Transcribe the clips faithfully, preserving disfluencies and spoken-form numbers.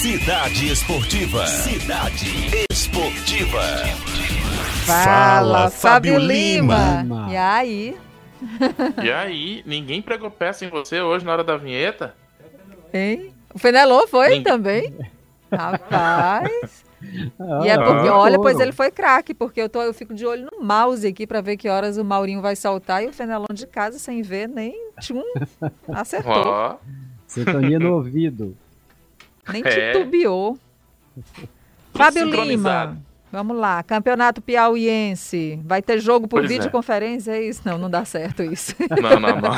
Cidade Esportiva. Cidade Esportiva. Fala, Fábio Lima. Lima. E aí? E aí, ninguém pregou peça em você hoje na hora da vinheta? Hein? O Fenelon foi ninguém... também? Rapaz. E é porque, olha, pois ele foi craque, porque eu, tô, eu fico de olho no mouse aqui pra ver que horas o Maurinho vai soltar e o Fenelon de casa, sem ver, nem tchum, acertou. Ó. Sintonia no ouvido. Nem titubeou. É. Fábio Lima, vamos lá. Campeonato Piauiense. Vai ter jogo por pois videoconferência? É. é isso? Não, não dá certo isso. Não, não, não.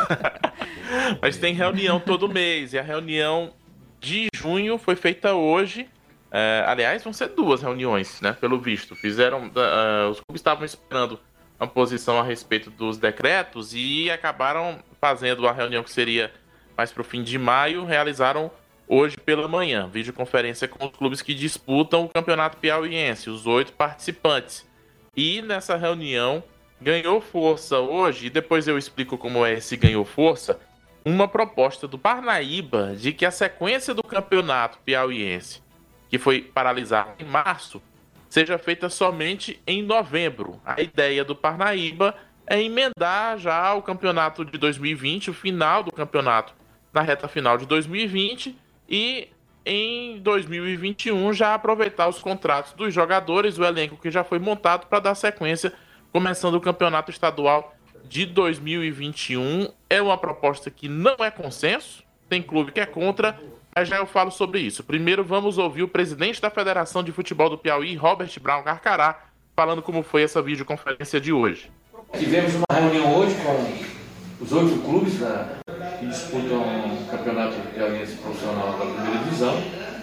Mas tem reunião todo mês. E a reunião de junho foi feita hoje. Uh, aliás, vão ser duas reuniões, né? Pelo visto. Fizeram. Uh, os clubes estavam esperando uma posição a respeito dos decretos e acabaram fazendo a reunião que seria mais para o fim de maio. Realizaram hoje pela manhã, videoconferência com os clubes que disputam o Campeonato Piauiense, os oito participantes. E nessa reunião ganhou força hoje, e depois eu explico como é esse ganhou força, uma proposta do Parnaíba de que a sequência do Campeonato Piauiense, que foi paralisado em março, seja feita somente em novembro. A ideia do Parnaíba é emendar já o campeonato de dois mil e vinte, o final do campeonato na reta final de dois mil e vinte, e em dois mil e vinte e um já aproveitar os contratos dos jogadores, o elenco que já foi montado para dar sequência, começando o campeonato estadual de dois mil e vinte e um. É uma proposta que não é consenso, tem clube que é contra, mas já eu falo sobre isso. Primeiro vamos ouvir o presidente da Federação de Futebol do Piauí, Robert Brown Carcará, falando como foi essa videoconferência de hoje. Tivemos uma reunião hoje com os oito clubes, né, que disputam o Campeonato Piauiense Profissional da primeira divisão,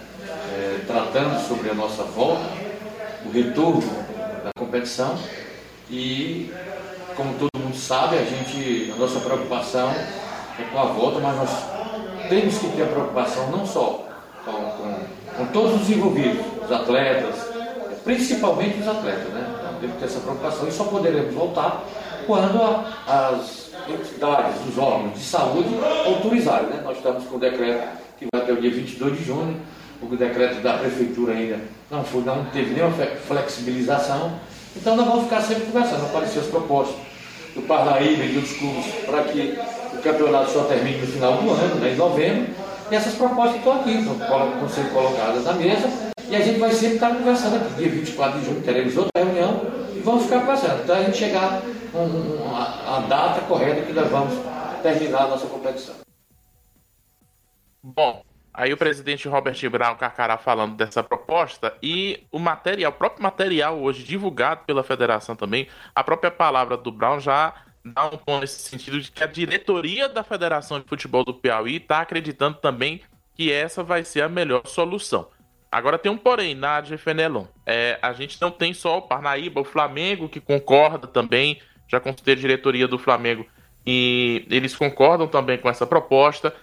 é, tratando sobre a nossa volta, o retorno da competição e, como todo mundo sabe, a, gente, a nossa preocupação é com a volta, mas nós temos que ter a preocupação não só com, com, com todos os envolvidos, os atletas, principalmente os atletas, né? Então, temos que ter essa preocupação e só poderemos voltar quando a, as entidades, os órgãos de saúde autorizarem, né? Nós estamos com o decreto que vai até o dia vinte e dois de junho, o decreto da prefeitura ainda não, foi, não teve nenhuma flexibilização, então nós vamos ficar sempre conversando, aparecer as propostas do Parnaíba e de outros clubes para que o campeonato só termine no final do ano, né, em novembro, e essas propostas estão aqui, estão sendo colocadas na mesa, e a gente vai sempre estar conversando aqui. Dia vinte e quatro de junho teremos outra reunião e vamos ficar conversando, até a gente chegar a um, um, a, a data correta que nós vamos terminar a nossa competição. Bom, aí o presidente Robert Brown Carcará falando dessa proposta e o material, o próprio material hoje divulgado pela federação também, a própria palavra do Brown já dá um tom nesse sentido de que a diretoria da Federação de Futebol do Piauí está acreditando também que essa vai ser a melhor solução. Agora tem um porém, Nádia e Fenelon. É, a gente não tem só o Parnaíba, o Flamengo que concorda também, já consultei a diretoria do Flamengo e eles concordam também com essa proposta,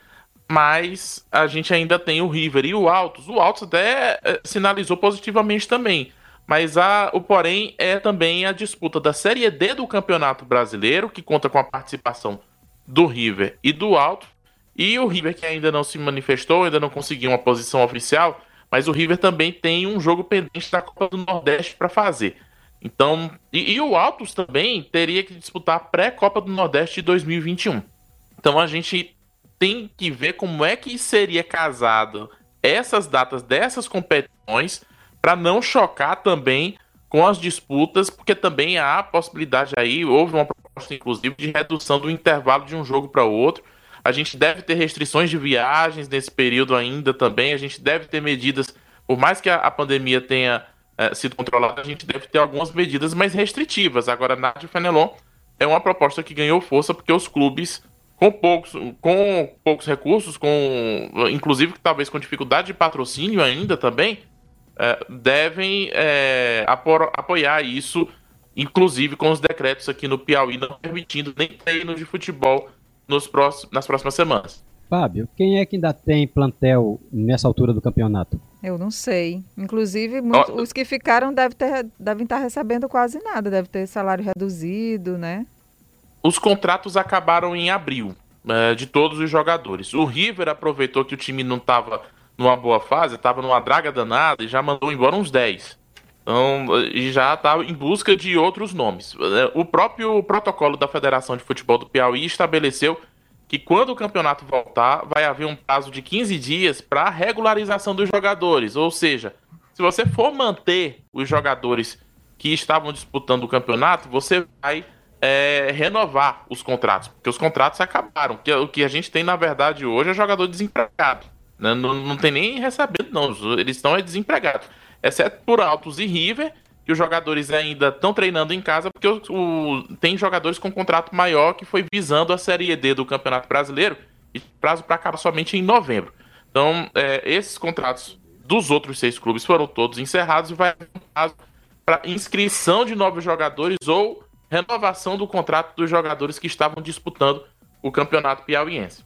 mas a gente ainda tem o River e o Altos. O Altos até é, sinalizou positivamente também, mas a, o porém é também a disputa da Série D do Campeonato Brasileiro, que conta com a participação do River e do Altos, e o River que ainda não se manifestou, ainda não conseguiu uma posição oficial, mas o River também tem um jogo pendente da Copa do Nordeste para fazer. Então, e, e o Altos também teria que disputar a pré-Copa do Nordeste de dois mil e vinte e um. Então a gente tem que ver como é que seria casado essas datas dessas competições para não chocar também com as disputas, porque também há a possibilidade aí, houve uma proposta inclusive de redução do intervalo de um jogo para o outro. A gente deve ter restrições de viagens nesse período ainda também, a gente deve ter medidas, por mais que a, a pandemia tenha é, sido controlada, a gente deve ter algumas medidas mais restritivas. Agora, Nádia e Fenelon é uma proposta que ganhou força porque os clubes com poucos, com poucos recursos, com, inclusive talvez com dificuldade de patrocínio ainda também, é, devem é, apo- apoiar isso, inclusive com os decretos aqui no Piauí, não permitindo nem treino de futebol nos próximos, nas próximas semanas. Fábio, quem é que ainda tem plantel nessa altura do campeonato? Eu não sei. Inclusive, muitos, oh. os que ficaram devem, ter, devem estar recebendo quase nada, deve ter salário reduzido, né? Os contratos acabaram em abril, uh, de todos os jogadores. O River aproveitou que o time não estava numa boa fase, estava numa draga danada e já mandou embora uns dez. Então, e já estava em busca de outros nomes. O próprio protocolo da Federação de Futebol do Piauí estabeleceu que quando o campeonato voltar, vai haver um prazo de quinze dias para a regularização dos jogadores. Ou seja, se você for manter os jogadores que estavam disputando o campeonato, você vai é, renovar os contratos, porque os contratos acabaram. Porque o que a gente tem, na verdade, hoje é jogador desempregado. Né? Não, não tem nem recebendo, não. Eles estão é, desempregados. Exceto por Altos e River, que os jogadores ainda estão treinando em casa, porque o, o, tem jogadores com contrato maior que foi visando a Série D do Campeonato Brasileiro, e prazo para acabar somente em novembro. Então, é, esses contratos dos outros seis clubes foram todos encerrados e vai haver um prazo para inscrição de novos jogadores ou renovação do contrato dos jogadores que estavam disputando o Campeonato Piauiense.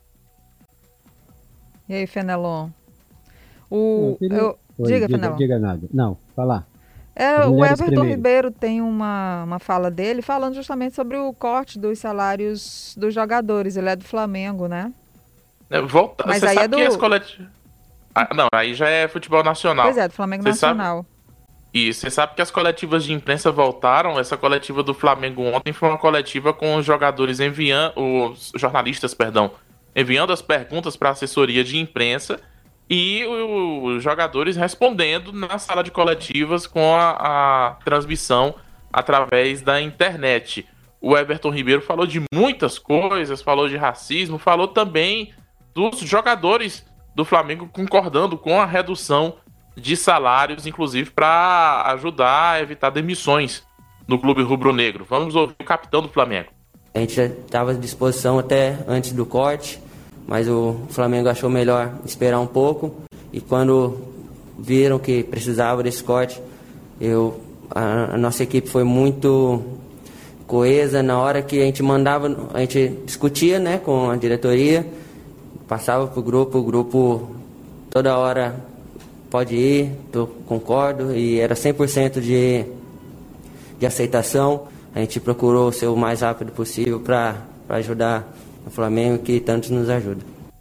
E aí, Fenelon? O, queria... eu... Oi, diga, diga, Fenelon. diga nada. Não, falar. É, o Everton primeiro. Ribeiro tem uma, uma fala dele falando justamente sobre o corte dos salários dos jogadores. Ele é do Flamengo, né? É, volta... Mas Você aí sabe é do... que as coletivas... Ah, não, aí já é futebol nacional. Pois é, do Flamengo Você Nacional. Sabe... E você sabe que as coletivas de imprensa voltaram. Essa coletiva do Flamengo ontem foi uma coletiva com os jogadores enviando... Os jornalistas, perdão, enviando as perguntas para a assessoria de imprensa e os jogadores respondendo na sala de coletivas com a, a transmissão através da internet. O Everton Ribeiro falou de muitas coisas, falou de racismo, falou também dos jogadores do Flamengo concordando com a redução de salários, inclusive para ajudar a evitar demissões no clube rubro-negro. Vamos ouvir o capitão do Flamengo. A gente já estava à disposição até antes do corte, mas o Flamengo achou melhor esperar um pouco, e quando viram que precisava desse corte, eu, a, a nossa equipe foi muito coesa. Na hora que a gente mandava, a gente discutia, né, com a diretoria, passava para o grupo, o grupo toda hora pode ir, eu concordo, e era cem por cento de, de aceitação. A gente procurou ser o mais rápido possível para ajudar o Flamengo, que tanto nos ajuda.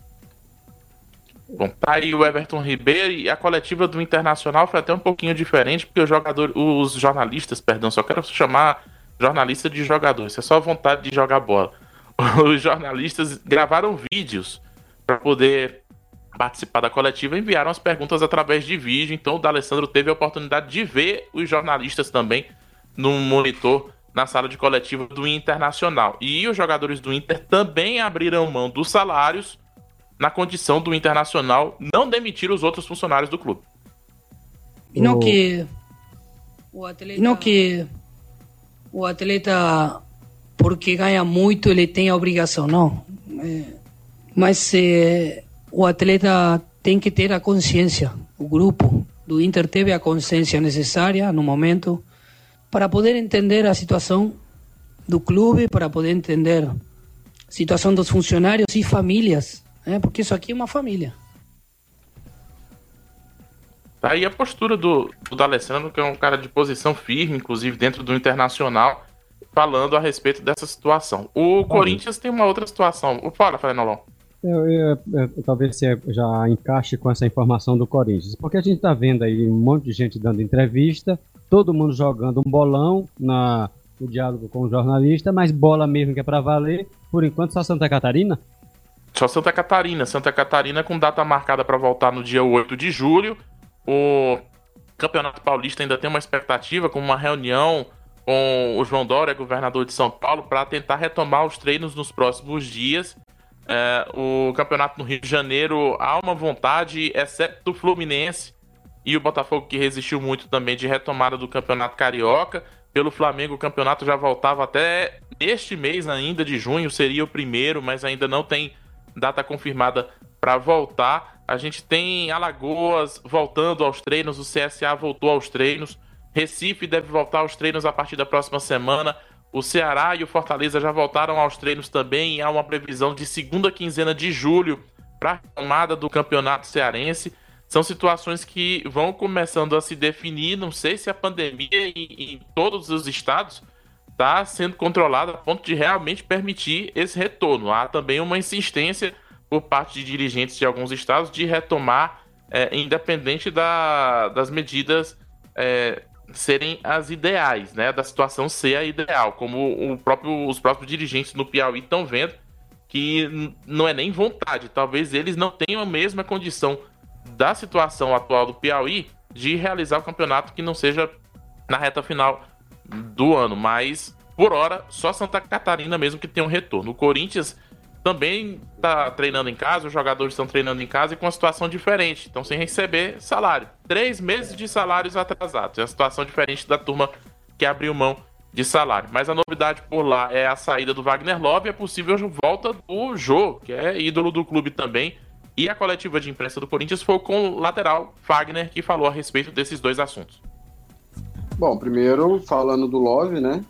Bom, tá aí o Everton Ribeiro, e a coletiva do Internacional foi até um pouquinho diferente, porque o jogador, os jornalistas, perdão, só quero chamar jornalista de jogador, isso é só vontade de jogar bola. Os jornalistas gravaram vídeos para poder participar da coletiva e enviaram as perguntas através de vídeo, então o D'Alessandro teve a oportunidade de ver os jornalistas também no monitor na sala de coletiva do Internacional. E os jogadores do Inter também abriram mão dos salários na condição do Internacional não demitir os outros funcionários do clube. E não que o atleta, não que o atleta, porque ganha muito, ele tem a obrigação, não. É, mas é, o atleta tem que ter a consciência. O grupo do Inter teve a consciência necessária no momento para poder entender a situação do clube, para poder entender a situação dos funcionários e famílias, né? Porque isso aqui é uma família. Tá aí a postura do, do D'Alessandro, que é um cara de posição firme, inclusive dentro do Internacional, falando a respeito dessa situação. O ah, Corinthians tem uma outra situação. Fala, Fenelon. Eu, eu, eu, talvez você já encaixe com essa informação do Corinthians, porque a gente está vendo aí um monte de gente dando entrevista, todo mundo jogando um bolão na, no diálogo com o jornalista, mas bola mesmo que é para valer, por enquanto só Santa Catarina? Só Santa Catarina. Santa Catarina com data marcada para voltar no dia oito de julho. O Campeonato Paulista ainda tem uma expectativa, com uma reunião com o João Dória, governador de São Paulo, para tentar retomar os treinos nos próximos dias. É, o campeonato no Rio de Janeiro há uma vontade, exceto do Fluminense e o Botafogo, que resistiu muito também, de retomada do Campeonato Carioca. Pelo Flamengo, o campeonato já voltava até neste mês ainda de junho, seria o primeiro, mas ainda não tem data confirmada para voltar. A gente tem Alagoas voltando aos treinos, o C S A voltou aos treinos, Recife deve voltar aos treinos a partir da próxima semana. O Ceará e o Fortaleza já voltaram aos treinos também, e há uma previsão de segunda quinzena de julho para a retomada do campeonato cearense. São situações que vão começando a se definir. Não sei se a pandemia em, em todos os estados está sendo controlada a ponto de realmente permitir esse retorno. Há também uma insistência por parte de dirigentes de alguns estados de retomar é, independente da, das medidas é, serem as ideais, né? Da situação ser a ideal, como o próprio, os próprios dirigentes no Piauí estão vendo, que n- não é nem vontade, talvez eles não tenham a mesma condição da situação atual do Piauí de realizar o campeonato que não seja na reta final do ano, mas por hora só Santa Catarina mesmo que tem um retorno. O Corinthians também está treinando em casa, os jogadores estão treinando em casa e com uma situação diferente, estão sem receber salário. Três meses de salários atrasados, é uma situação diferente da turma que abriu mão de salário. Mas a novidade por lá é a saída do Wagner Love e a possível volta do Jô, que é ídolo do clube também. E a coletiva de imprensa do Corinthians foi com o lateral Fagner, que falou a respeito desses dois assuntos. Bom, primeiro, falando do Love, né?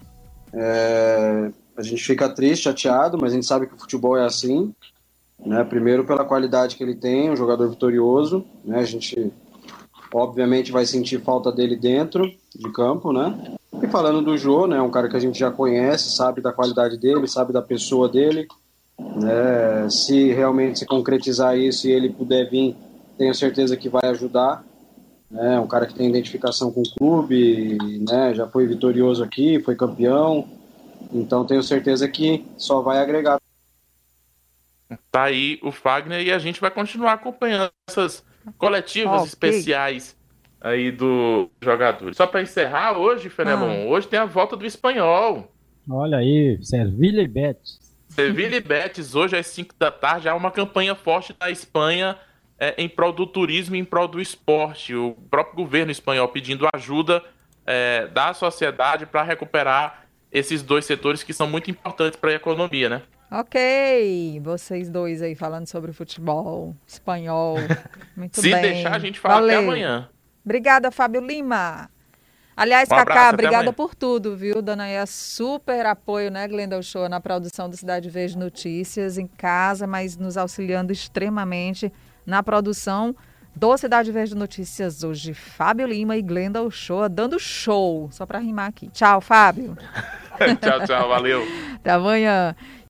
É... A gente fica triste, chateado, mas a gente sabe que o futebol é assim, né? Primeiro pela qualidade que ele tem, um jogador vitorioso, né? A gente, obviamente, vai sentir falta dele dentro de campo, né? E falando do Jô, né? Um cara que a gente já conhece, sabe da qualidade dele, sabe da pessoa dele, né? Se realmente se concretizar isso e ele puder vir, tenho certeza que vai ajudar. É um cara que tem identificação com o clube, né? Já foi vitorioso aqui, foi campeão. Então tenho certeza que só vai agregar. Tá aí o Fagner e a gente vai continuar acompanhando essas coletivas okay. especiais aí do jogador. Só para encerrar hoje, Fenelon, ah. hoje tem a volta do Espanhol. Olha aí, Sevilla e Betis. Sevilla e Betis, hoje às cinco da tarde, há uma campanha forte da Espanha é, em prol do turismo e em prol do esporte. O próprio governo espanhol pedindo ajuda é, da sociedade para recuperar esses dois setores que são muito importantes para a economia, né? Ok, vocês dois aí falando sobre futebol espanhol, muito Se bem. Se deixar, a gente fala Valeu. Até amanhã. Obrigada, Fábio Lima. Aliás, um Cacá, obrigada por tudo, viu? Dando aí a super apoio, né, Glenda Show, na produção do Cidade Verde Notícias, em casa, mas nos auxiliando extremamente na produção do Cidade Verde Notícias hoje. Fábio Lima e Glenda Show dando show, só para rimar aqui. Tchau, Fábio. Tchau, tchau, valeu. Até amanhã.